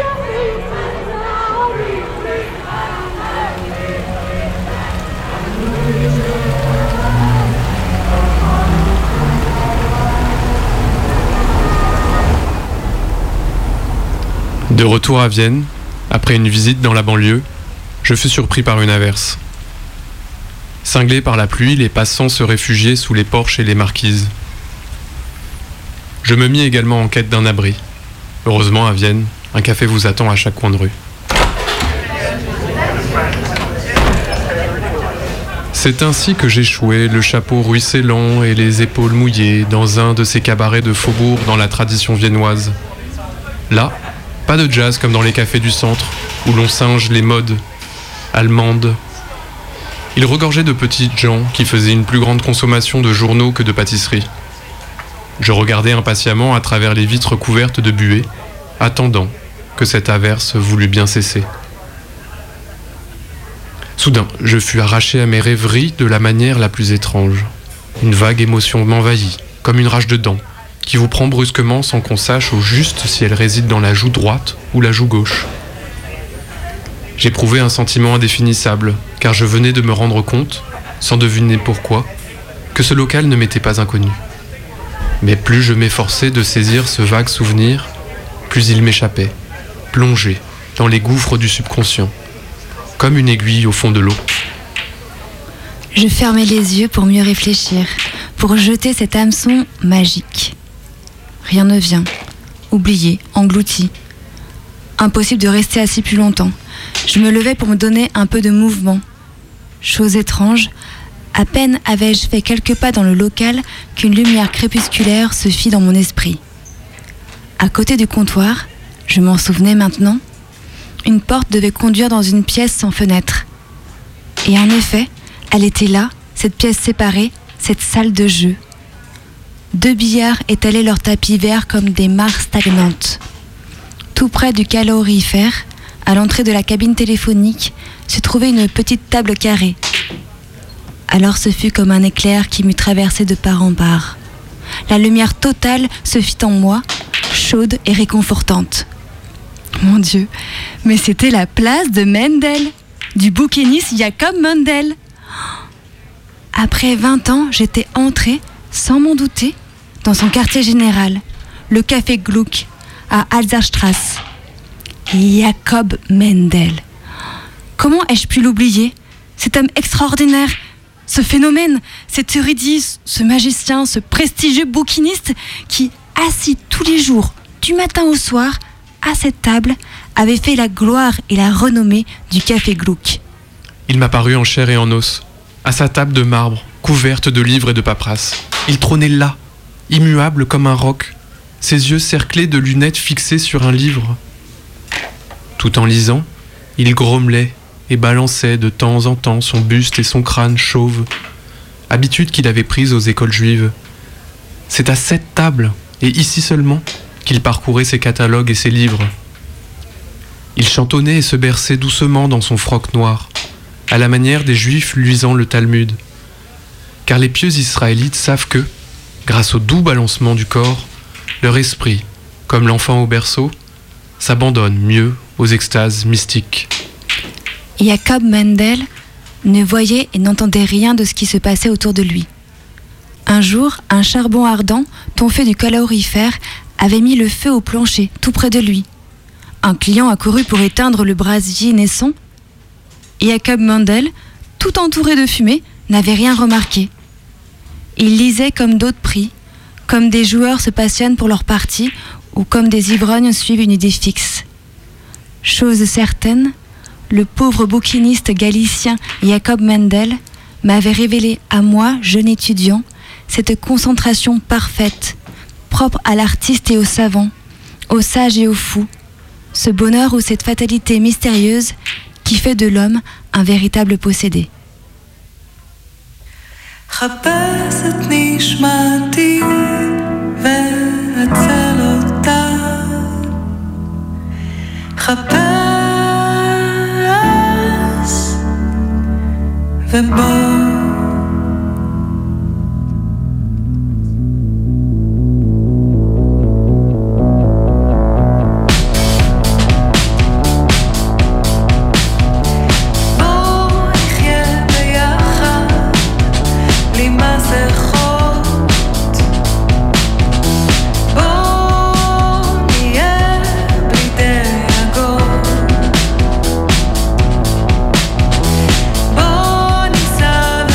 De retour à Vienne, après une visite dans la banlieue, je fus surpris par une averse. Cinglés par la pluie, les passants se réfugiaient sous les porches et les marquises. Je me mis également en quête d'un abri. Heureusement, à Vienne, un café vous attend à chaque coin de rue. C'est ainsi que j'échouais, le chapeau ruisselant et les épaules mouillées, dans un de ces cabarets de faubourg dans la tradition viennoise. Là, pas de jazz comme dans les cafés du centre, où l'on singe les modes allemandes. Il regorgeait de petites gens qui faisaient une plus grande consommation de journaux que de pâtisseries. Je regardais impatiemment à travers les vitres couvertes de buée, attendant que cette averse voulût bien cesser. Soudain, je fus arraché à mes rêveries de la manière la plus étrange. Une vague émotion m'envahit, comme une rage de dents, qui vous prend brusquement sans qu'on sache au juste si elle réside dans la joue droite ou la joue gauche. J'éprouvais un sentiment indéfinissable, car je venais de me rendre compte, sans deviner pourquoi, que ce local ne m'était pas inconnu. Mais plus je m'efforçais de saisir ce vague souvenir, plus il m'échappait, plongé dans les gouffres du subconscient, comme une aiguille au fond de l'eau. Je fermais les yeux pour mieux réfléchir, pour jeter cet hameçon magique. Rien ne vient, oublié, englouti. Impossible de rester assis plus longtemps. Je me levais pour me donner un peu de mouvement. Chose étrange, à peine avais-je fait quelques pas dans le local qu'une lumière crépusculaire se fit dans mon esprit. À côté du comptoir, je m'en souvenais maintenant, une porte devait conduire dans une pièce sans fenêtre. Et en effet, elle était là, cette pièce séparée, cette salle de jeu. Deux billards étalaient leurs tapis verts comme des mares stagnantes. Tout près du calorifère, à l'entrée de la cabine téléphonique, se trouvait une petite table carrée. Alors ce fut comme un éclair qui m'eût traversé de part en part. La lumière totale se fit en moi, chaude et réconfortante. Mon Dieu, mais c'était la place de Mendel, du bouquiniste Jacob Mendel. Après vingt ans, j'étais entrée, sans m'en douter, dans son quartier général, le café Gluck, à Alserstrasse. Jacob Mendel. Comment ai-je pu l'oublier? Cet homme extraordinaire, ce phénomène, cet érudit, ce magicien, ce prestigieux bouquiniste qui, assis tous les jours, du matin au soir, à cette table, avait fait la gloire et la renommée du café Gluck. Il m'apparut en chair et en os, à sa table de marbre, couverte de livres et de paperasses. Il trônait là, immuable comme un roc, ses yeux cerclés de lunettes fixées sur un livre. Tout en lisant, il grommelait et balançait de temps en temps son buste et son crâne chauve, habitude qu'il avait prise aux écoles juives. C'est à cette table, et ici seulement, qu'il parcourait ses catalogues et ses livres. Il chantonnait et se berçait doucement dans son froc noir, à la manière des Juifs lisant le Talmud. Car les pieux Israélites savent que, grâce au doux balancement du corps, leur esprit, comme l'enfant au berceau, s'abandonne mieux aux extases mystiques. Jacob Mendel ne voyait et n'entendait rien de ce qui se passait autour de lui. Un jour, un charbon ardent, tombé du calorifère, avait mis le feu au plancher, tout près de lui. Un client accourut pour éteindre le brasier naissant. Jacob Mendel, tout entouré de fumée, n'avait rien remarqué. Il lisait comme d'autres prient, comme des joueurs se passionnent pour leur partie ou comme des ivrognes suivent une idée fixe. Chose certaine, le pauvre bouquiniste galicien Jacob Mendel m'avait révélé à moi, jeune étudiant, cette concentration parfaite, propre à l'artiste et au savant, au sage et au fou, ce bonheur ou cette fatalité mystérieuse qui fait de l'homme un véritable possédé. חפשת נשמתי והצל אותה חפש ובוא בוא ניסע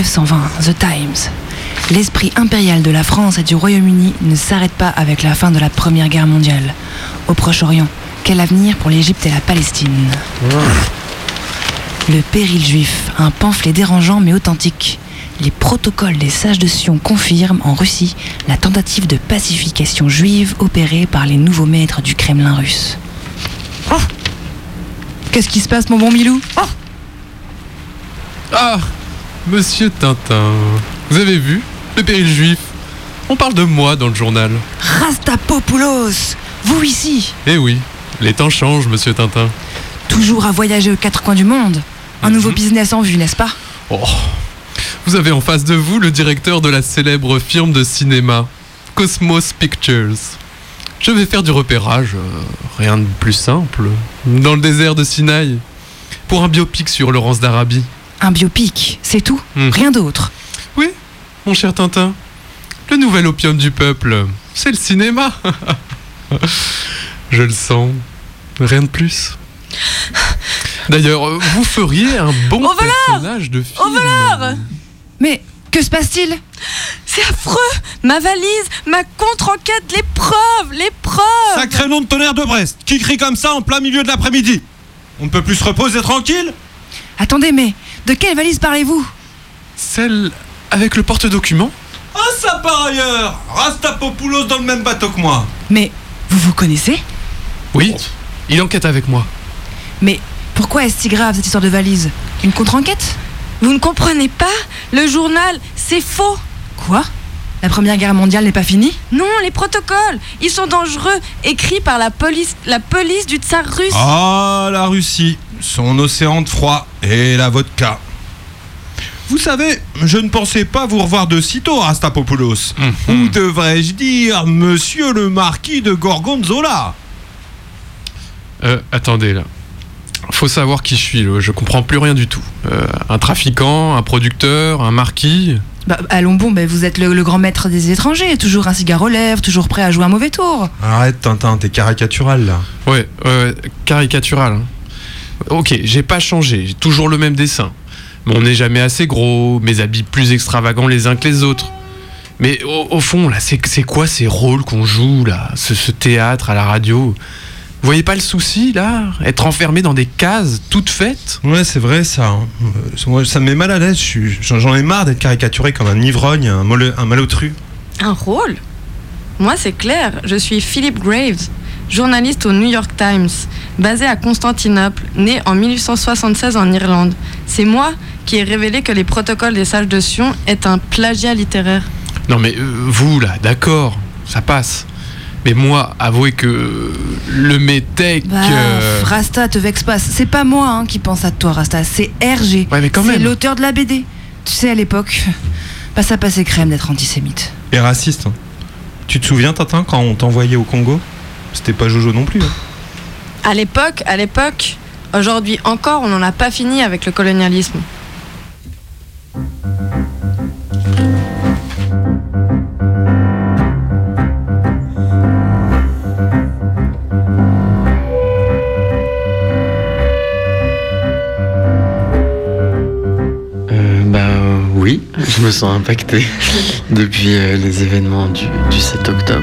cent vingt, The Times. L'esprit impérial de la France et du Royaume-Uni ne s'arrête pas avec la fin de la Première Guerre mondiale. Au Proche-Orient, quel avenir pour l'Égypte et la Palestine ? Le péril juif, un pamphlet dérangeant mais authentique. Les protocoles des sages de Sion confirment en Russie la tentative de pacification juive opérée par les nouveaux maîtres du Kremlin russe. Oh ! Qu'est-ce qui se passe, mon bon Milou ? Oh ! Ah, Monsieur Tintin, vous avez vu le péril juif ? On parle de moi dans le journal. Rastapopoulos, vous ici ? Eh oui, les temps changent, Monsieur Tintin. Toujours à voyager aux quatre coins du monde. Un mm-hmm. nouveau business en vue, n'est-ce pas ? Oh, vous avez en face de vous le directeur de la célèbre firme de cinéma, Cosmos Pictures. Je vais faire du repérage, euh, rien de plus simple, dans le désert de Sinaï, pour un biopic sur Laurence d'Arabie. Un biopic, c'est tout ? Mmh. Rien d'autre ? Oui, mon cher Tintin. Le nouvel opium du peuple, c'est le cinéma. Je le sens, rien de plus. D'ailleurs, vous feriez un bon Au personnage de film. Au voleur ! Mais que se passe-t-il ? C'est affreux ! Ma valise, ma contre-enquête, les preuves, les preuves ! Sacré nom de tonnerre de Brest, qui crie comme ça en plein milieu de l'après-midi ? On ne peut plus se reposer tranquille ? Attendez, mais de quelle valise parlez-vous ? Celle avec le porte-document ? Ah, ça par ailleurs ! Rastapopoulos dans le même bateau que moi. Mais vous vous connaissez ? Oui, il enquête avec moi. Mais pourquoi est-ce si grave cette histoire de valise ? Une contre-enquête ? Vous ne comprenez pas ? Le journal, c'est faux. Quoi ? La Première Guerre mondiale n'est pas finie ? Non, les protocoles, ils sont dangereux, écrits par la police, la police du tsar russe. Ah, la Russie, son océan de froid et la vodka. Vous savez, je ne pensais pas vous revoir de sitôt, Rastapopoulos. Mmh. Ou devrais-je dire, monsieur le marquis de Gorgonzola. Euh, attendez là. Faut savoir qui je suis, là. Je comprends plus rien du tout. Euh, un trafiquant, un producteur, un marquis. Bah, allons bon, bah, vous êtes le, le grand maître des étrangers, toujours un cigare aux lèvres, toujours prêt à jouer un mauvais tour. Arrête, Tintin, t'es caricatural là. Ouais, euh, caricatural. Hein. Ok, j'ai pas changé, j'ai toujours le même dessin. Mon nez jamais assez gros, mes habits plus extravagants les uns que les autres. Mais au, au fond, là, c'est, c'est quoi ces rôles qu'on joue, là, ce, ce théâtre à la radio ? Vous voyez pas le souci, là ? Être enfermé dans des cases toutes faites ? Ouais, c'est vrai, ça. Euh, ça me met mal à l'aise. J'en ai marre d'être caricaturé comme un ivrogne, un, mole, un malotru. Un rôle ? Moi, c'est clair. Je suis Philip Graves, journaliste au New York Times, basé à Constantinople, né en mille huit cent soixante-seize en Irlande. C'est moi qui ai révélé que les protocoles des sages de Sion est un plagiat littéraire. Non mais euh, vous, là, d'accord, ça passe. Mais moi, avouez que le métèque... Bah, euh... Rasta, te vexe pas. C'est pas moi hein, qui pense à toi, Rasta. C'est R G. Ouais, mais quand même. C'est l'auteur de la B D. Tu sais, à l'époque, bah, ça passait crème d'être antisémite. Et raciste. Hein. Tu te souviens, Tintin, quand on t'envoyait au Congo ? C'était pas Jojo non plus. Hein. À l'époque, à l'époque, aujourd'hui encore, on n'en a pas fini avec le colonialisme. Oui, je me sens impacté depuis euh, les événements du, du sept octobre.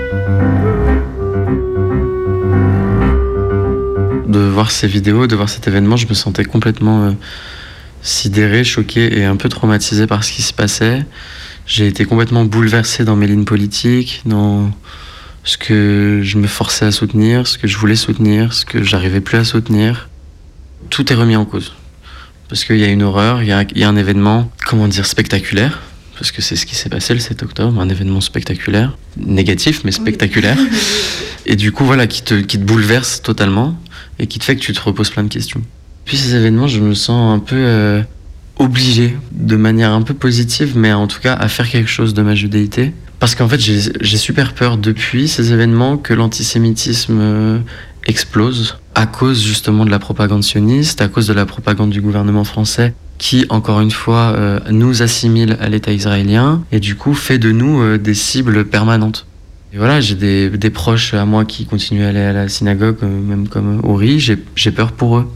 De voir ces vidéos, de voir cet événement, je me sentais complètement euh, sidéré, choqué et un peu traumatisé par ce qui se passait. J'ai été complètement bouleversé dans mes lignes politiques, dans ce que je me forçais à soutenir, ce que je voulais soutenir, ce que j'arrivais plus à soutenir. Tout est remis en cause. Parce qu'il y a une horreur, il y a, il y a un événement, comment dire, spectaculaire, parce que c'est ce qui s'est passé le sept octobre, un événement spectaculaire, négatif mais spectaculaire, oui. Et du coup voilà, qui te, qui te bouleverse totalement, et qui te fait que tu te reposes plein de questions. Puis ces événements, je me sens un peu euh, obligé, de manière un peu positive, mais en tout cas à faire quelque chose de ma judéité. Parce qu'en fait, j'ai, j'ai super peur depuis ces événements que l'antisémitisme euh, explose, à cause justement de la propagande sioniste, à cause de la propagande du gouvernement français, qui, encore une fois, euh, nous assimile à l'État israélien, et du coup fait de nous euh, des cibles permanentes. Et voilà, j'ai des, des proches à moi qui continuent à aller à la synagogue, euh, même comme Ori, j'ai, j'ai peur pour eux.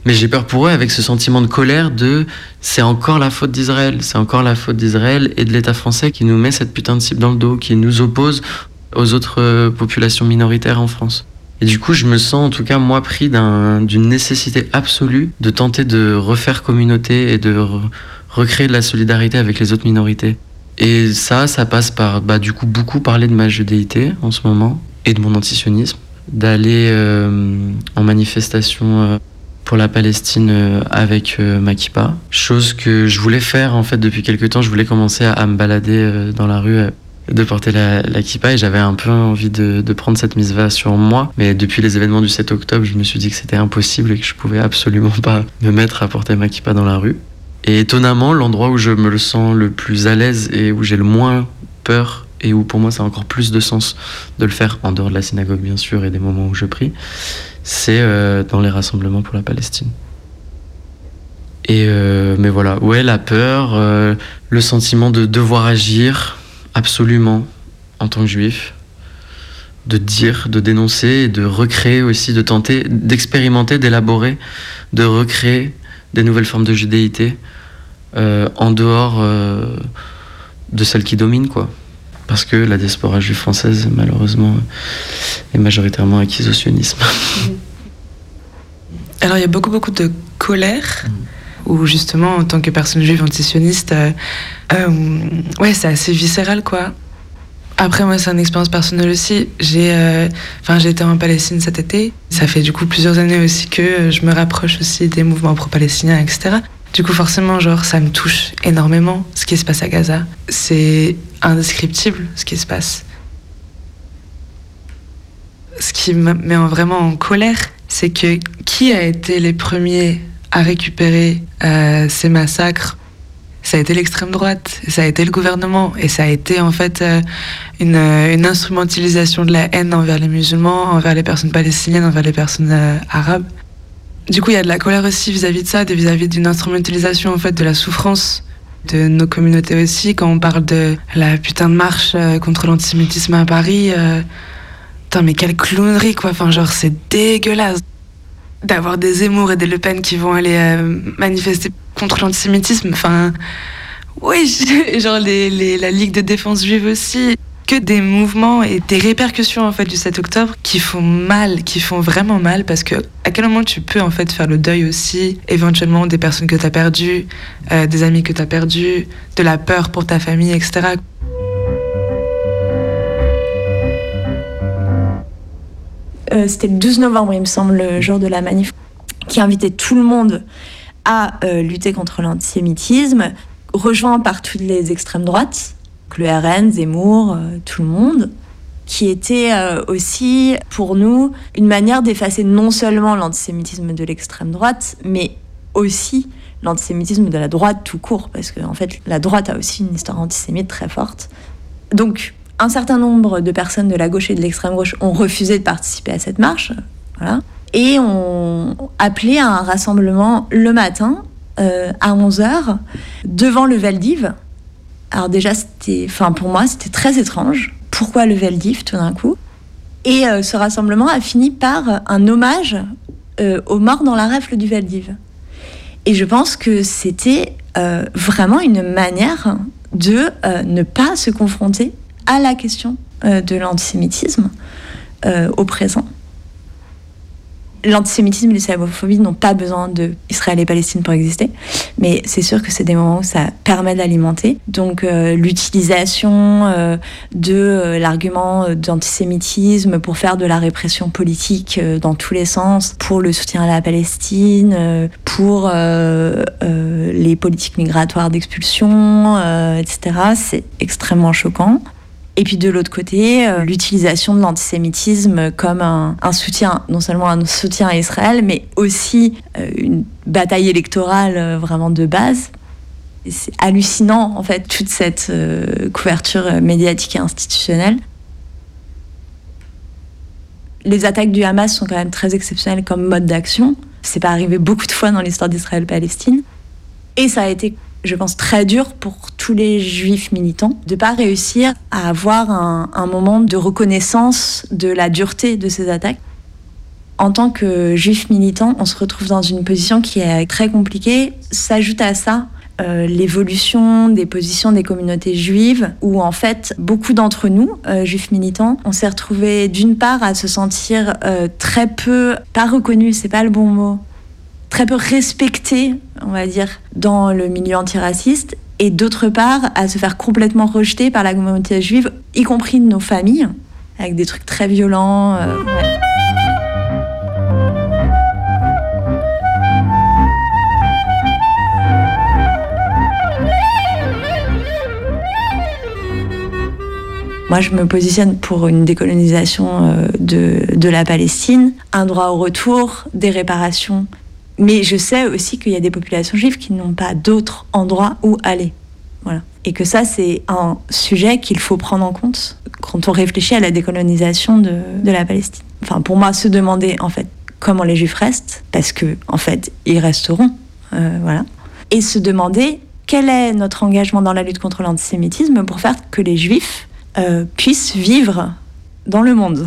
Mais j'ai peur pour eux avec ce sentiment de colère de c'est encore la faute d'Israël, c'est encore la faute d'Israël et de l'État français qui nous met cette putain de cible dans le dos, qui nous oppose aux autres euh, populations minoritaires en France. Et du coup, je me sens en tout cas moi pris d'un, d'une nécessité absolue de tenter de refaire communauté et de re- recréer de la solidarité avec les autres minorités. Et ça, ça passe par bah, du coup beaucoup parler de ma judéité en ce moment et de mon antisionisme, d'aller euh, en manifestation euh, pour la Palestine euh, avec euh, ma kippa, chose que je voulais faire en fait depuis quelques temps. Je voulais commencer à, à me balader euh, dans la rue, euh, de porter la, la kippa, et j'avais un peu envie de, de prendre cette mitzvah sur moi. Mais depuis les événements du sept octobre, je me suis dit que c'était impossible et que je pouvais absolument pas me mettre à porter ma kippa dans la rue. Et étonnamment, l'endroit où je me le sens le plus à l'aise et où j'ai le moins peur et où pour moi ça a encore plus de sens de le faire, en dehors de la synagogue bien sûr et des moments où je prie, c'est euh, dans les rassemblements pour la Palestine. Et euh, mais voilà, ouais, la peur, euh, le sentiment de devoir agir absolument en tant que juif, de dire, de dénoncer, et de recréer aussi, de tenter, d'expérimenter, d'élaborer, de recréer des nouvelles formes de judéité euh, en dehors euh, de celles qui dominent, quoi. Parce que la diaspora juive française, malheureusement, est majoritairement acquise au sionisme. Alors il y a beaucoup beaucoup de colère, où justement en tant que personne juive antisioniste, euh, euh, ouais, c'est assez viscéral, quoi. Après moi c'est une expérience personnelle aussi. J'ai, euh, enfin j'ai été en Palestine cet été. Ça fait du coup plusieurs années aussi que je me rapproche aussi des mouvements pro-palestiniens, et cetera. Du coup forcément genre ça me touche énormément ce qui se passe à Gaza. C'est indescriptible ce qui se passe. Ce qui me met vraiment en colère, c'est que qui a été les premiers à récupérer euh, ces massacres? Ça a été l'extrême droite, ça a été le gouvernement, et ça a été en fait euh, une, une instrumentalisation de la haine envers les musulmans, envers les personnes palestiniennes, envers les personnes euh, arabes. Du coup, il y a de la colère aussi vis-à-vis de ça, de vis-à-vis d'une instrumentalisation en fait de la souffrance de nos communautés aussi. Quand on parle de la putain de marche euh, contre l'antisémitisme à Paris, euh, putain mais quelle clownerie quoi. Enfin genre c'est dégueulasse d'avoir des Zemmour et des Le Pen qui vont aller euh, manifester contre l'antisémitisme. Enfin, oui, genre les, les, la Ligue de défense juive aussi. Que des mouvements et des répercussions en fait du sept octobre qui font mal, qui font vraiment mal, parce que à quel moment tu peux en fait faire le deuil aussi, éventuellement des personnes que t'as perdues, euh, des amis que t'as perdus, de la peur pour ta famille, et cetera. Euh, c'était le douze novembre, il me semble, le jour de la manif, qui invitait tout le monde à euh, lutter contre l'antisémitisme, rejoint par toutes les extrêmes droites, le R N, Zemmour, euh, tout le monde, qui était euh, aussi, pour nous, une manière d'effacer non seulement l'antisémitisme de l'extrême droite, mais aussi l'antisémitisme de la droite tout court, parce qu'en en fait, la droite a aussi une histoire antisémite très forte. Donc, un certain nombre de personnes de la gauche et de l'extrême gauche ont refusé de participer à cette marche, voilà, et ont appelé à un rassemblement le matin, euh, à onze heures, devant le Veldiv. Alors déjà, c'était, enfin pour moi, c'était très étrange. Pourquoi le Veldiv tout d'un coup? Et euh, ce rassemblement a fini par un hommage euh, aux morts dans la rafle du Veldiv. Et je pense que c'était euh, vraiment une manière de euh, ne pas se confronter à la question euh, de l'antisémitisme euh, au présent. L'antisémitisme et l'islamophobie n'ont pas besoin d'Israël et Palestine pour exister, mais c'est sûr que c'est des moments où ça permet d'alimenter. Donc euh, l'utilisation euh, de euh, l'argument d'antisémitisme pour faire de la répression politique euh, dans tous les sens, pour le soutien à la Palestine, euh, pour euh, euh, les politiques migratoires d'expulsion, euh, et cetera, c'est extrêmement choquant. Et puis de l'autre côté, euh, l'utilisation de l'antisémitisme comme un, un soutien, non seulement un soutien à Israël, mais aussi euh, une bataille électorale euh, vraiment de base. Et c'est hallucinant, en fait, toute cette euh, couverture médiatique et institutionnelle. Les attaques du Hamas sont quand même très exceptionnelles comme mode d'action. C'est pas arrivé beaucoup de fois dans l'histoire d'Israël-Palestine. Et ça a été, je pense, très dur pour tous les juifs militants de ne pas réussir à avoir un, un moment de reconnaissance de la dureté de ces attaques. En tant que juif militant, on se retrouve dans une position qui est très compliquée. S'ajoute à ça euh, l'évolution des positions des communautés juives, où en fait, beaucoup d'entre nous, euh, juifs militants, on s'est retrouvés d'une part à se sentir euh, très peu, pas reconnus, c'est pas le bon mot, très peu respectés, on va dire, dans le milieu antiraciste, et d'autre part à se faire complètement rejeter par la communauté juive, y compris de nos familles, avec des trucs très violents. Euh, ouais. Moi, je me positionne pour une décolonisation euh, de, de la Palestine, un droit au retour, des réparations. Mais je sais aussi qu'il y a des populations juives qui n'ont pas d'autre endroit où aller. Voilà. Et que ça, c'est un sujet qu'il faut prendre en compte quand on réfléchit à la décolonisation de, de la Palestine. Enfin, pour moi, se demander, en fait, comment les juifs restent, parce que, en fait, ils resteront. Euh, voilà. Et se demander quel est notre engagement dans la lutte contre l'antisémitisme pour faire que les juifs Euh, puissent vivre dans le monde,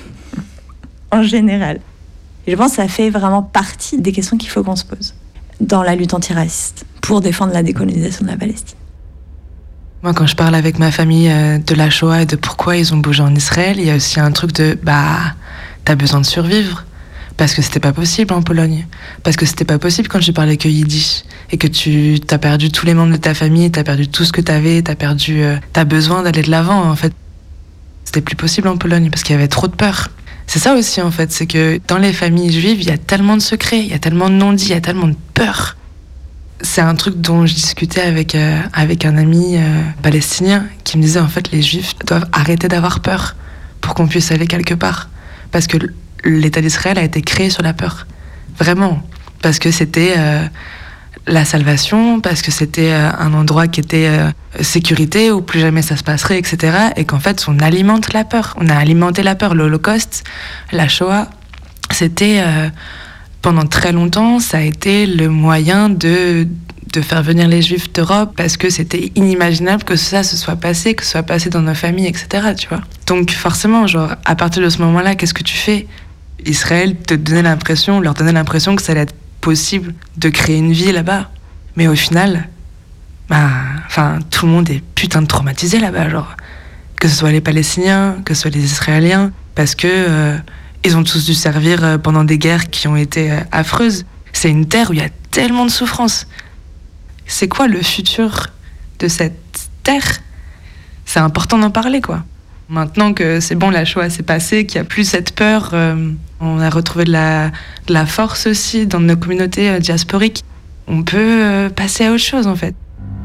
en général. Et je pense que ça fait vraiment partie des questions qu'il faut qu'on se pose dans la lutte antiraciste pour défendre la décolonisation de la Palestine. Moi, quand je parle avec ma famille euh, de la Shoah et de pourquoi ils ont bougé en Israël, il y a aussi un truc de bah, t'as besoin de survivre. Parce que c'était pas possible en Pologne. Parce que c'était pas possible quand tu parlais que yiddish. Et que tu t'as perdu tous les membres de ta famille, t'as perdu tout ce que t'avais, t'as perdu. Euh, t'as besoin d'aller de l'avant, en fait. C'était plus possible en Pologne parce qu'il y avait trop de peur. C'est ça aussi, en fait. C'est que dans les familles juives, il y a tellement de secrets, il y a tellement de non-dits, il y a tellement de peur. C'est un truc dont je discutais avec, euh, avec un ami euh, palestinien qui me disait, en fait, les juifs doivent arrêter d'avoir peur pour qu'on puisse aller quelque part. Parce que l'État d'Israël a été créé sur la peur. Vraiment. Parce que c'était euh, la salvation, parce que c'était euh, un endroit qui était euh, sécurité, où plus jamais ça se passerait, et cetera. Et qu'en fait, on alimente la peur. On a alimenté la peur. L'Holocauste, la Shoah, c'était... Euh, pendant très longtemps, ça a été le moyen de, de faire venir les Juifs d'Europe, parce que c'était inimaginable que ça se soit passé, que ce soit passé dans nos familles, et cetera. Tu vois. Donc forcément, genre, à partir de ce moment-là, qu'est-ce que tu fais ? Israël te donnait l'impression, leur donnait l'impression que ça allait être possible de créer une vie là-bas. Mais au final, bah, enfin, tout le monde est putain de traumatisé là-bas, genre. Que ce soit les Palestiniens, que ce soit les Israéliens, parce que euh, ils ont tous dû servir pendant des guerres qui ont été euh, affreuses. C'est une terre où il y a tellement de souffrance. C'est quoi le futur de cette terre ? C'est important d'en parler, quoi. Maintenant que c'est bon, la Shoah s'est passée, qu'il n'y a plus cette peur, euh, on a retrouvé de la, de la force aussi dans nos communautés euh, diasporiques. On peut euh, passer à autre chose, en fait.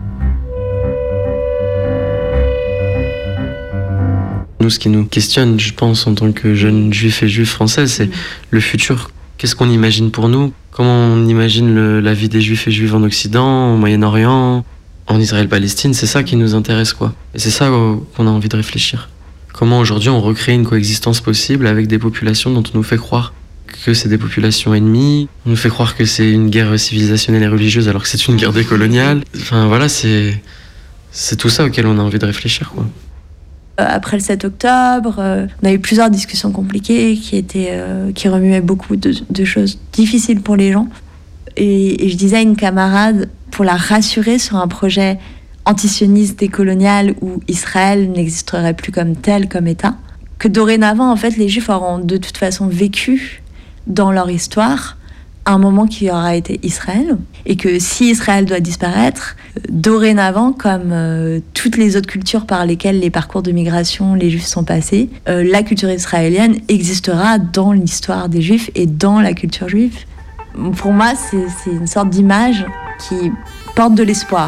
Nous, ce qui nous questionne, je pense, en tant que jeunes juifs et juifs français, c'est le futur. Qu'est-ce qu'on imagine pour nous ? Comment on imagine le, la vie des juifs et juives en Occident, au Moyen-Orient, en Israël-Palestine ? C'est ça qui nous intéresse, quoi. Et c'est ça qu'on a envie de réfléchir. Comment aujourd'hui on recrée une coexistence possible avec des populations dont on nous fait croire que c'est des populations ennemies, on nous fait croire que c'est une guerre civilisationnelle et religieuse alors que c'est une guerre décoloniale. Enfin voilà, c'est, c'est tout ça auquel on a envie de réfléchir, quoi. Après le sept octobre, euh, on a eu plusieurs discussions compliquées qui, étaient, euh, qui remuaient beaucoup de, de choses difficiles pour les gens. Et, et je disais à une camarade, pour la rassurer sur un projet antisioniste décolonial où Israël n'existerait plus comme tel, comme État, que dorénavant, en fait, les Juifs auront de toute façon vécu dans leur histoire un moment qui aura été Israël, et que si Israël doit disparaître, dorénavant, comme euh, toutes les autres cultures par lesquelles les parcours de migration, les Juifs sont passés, euh, la culture israélienne existera dans l'histoire des Juifs et dans la culture juive. Pour moi, c'est, c'est une sorte d'image qui porte de l'espoir.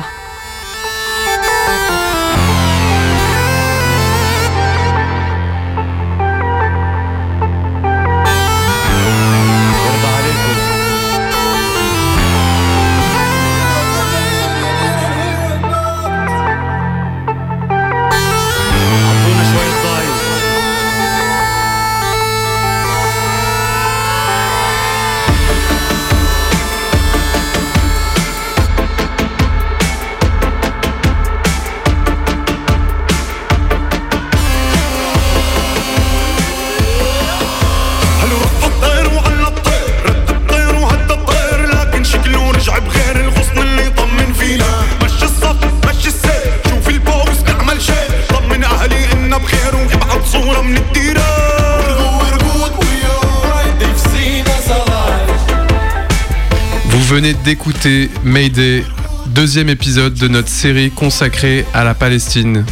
venez d'écouter Mayday, deuxième épisode de notre série consacrée à la Palestine.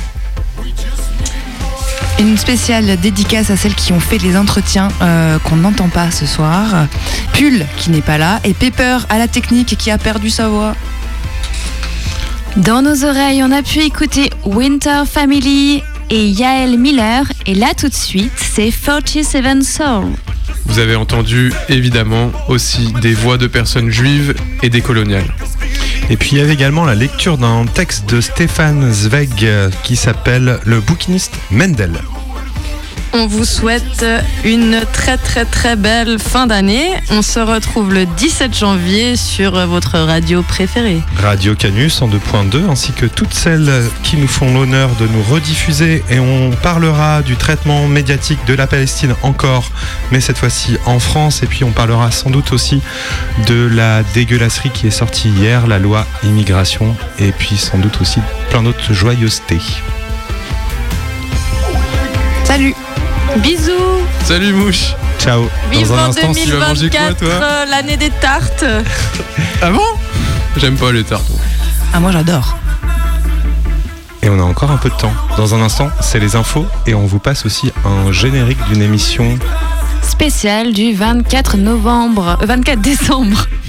Une spéciale dédicace à celles qui ont fait les entretiens euh, qu'on n'entend pas ce soir. Pull qui n'est pas là et Pepper à la technique qui a perdu sa voix. Dans nos oreilles, on a pu écouter Winter Family et Yael Miller. Et là, tout de suite, c'est forty-seven Soul. Vous avez entendu, évidemment, aussi des voix de personnes juives et des coloniales. Et puis il y avait également la lecture d'un texte de Stefan Zweig qui s'appelle Le bouquiniste Mendel. On vous souhaite une très très très belle fin d'année. On se retrouve le dix-sept janvier sur votre radio préférée. Radio Canu cent deux point deux ainsi que toutes celles qui nous font l'honneur de nous rediffuser, et on parlera du traitement médiatique de la Palestine encore, mais cette fois-ci en France, et puis on parlera sans doute aussi de la dégueulasserie qui est sortie hier, la loi immigration, et puis sans doute aussi plein d'autres joyeusetés. Salut. Bisous. Salut Mouche. Ciao. Vivement Dans un instant, tu vas manger quoi, toi ? euh, l'année des tartes. Ah bon ? J'aime pas les tartes. Ah, moi j'adore. Et on a encore un peu de temps. Dans un instant, c'est les infos, et on vous passe aussi un générique d'une émission spéciale du vingt-quatre novembre, euh, vingt-quatre décembre.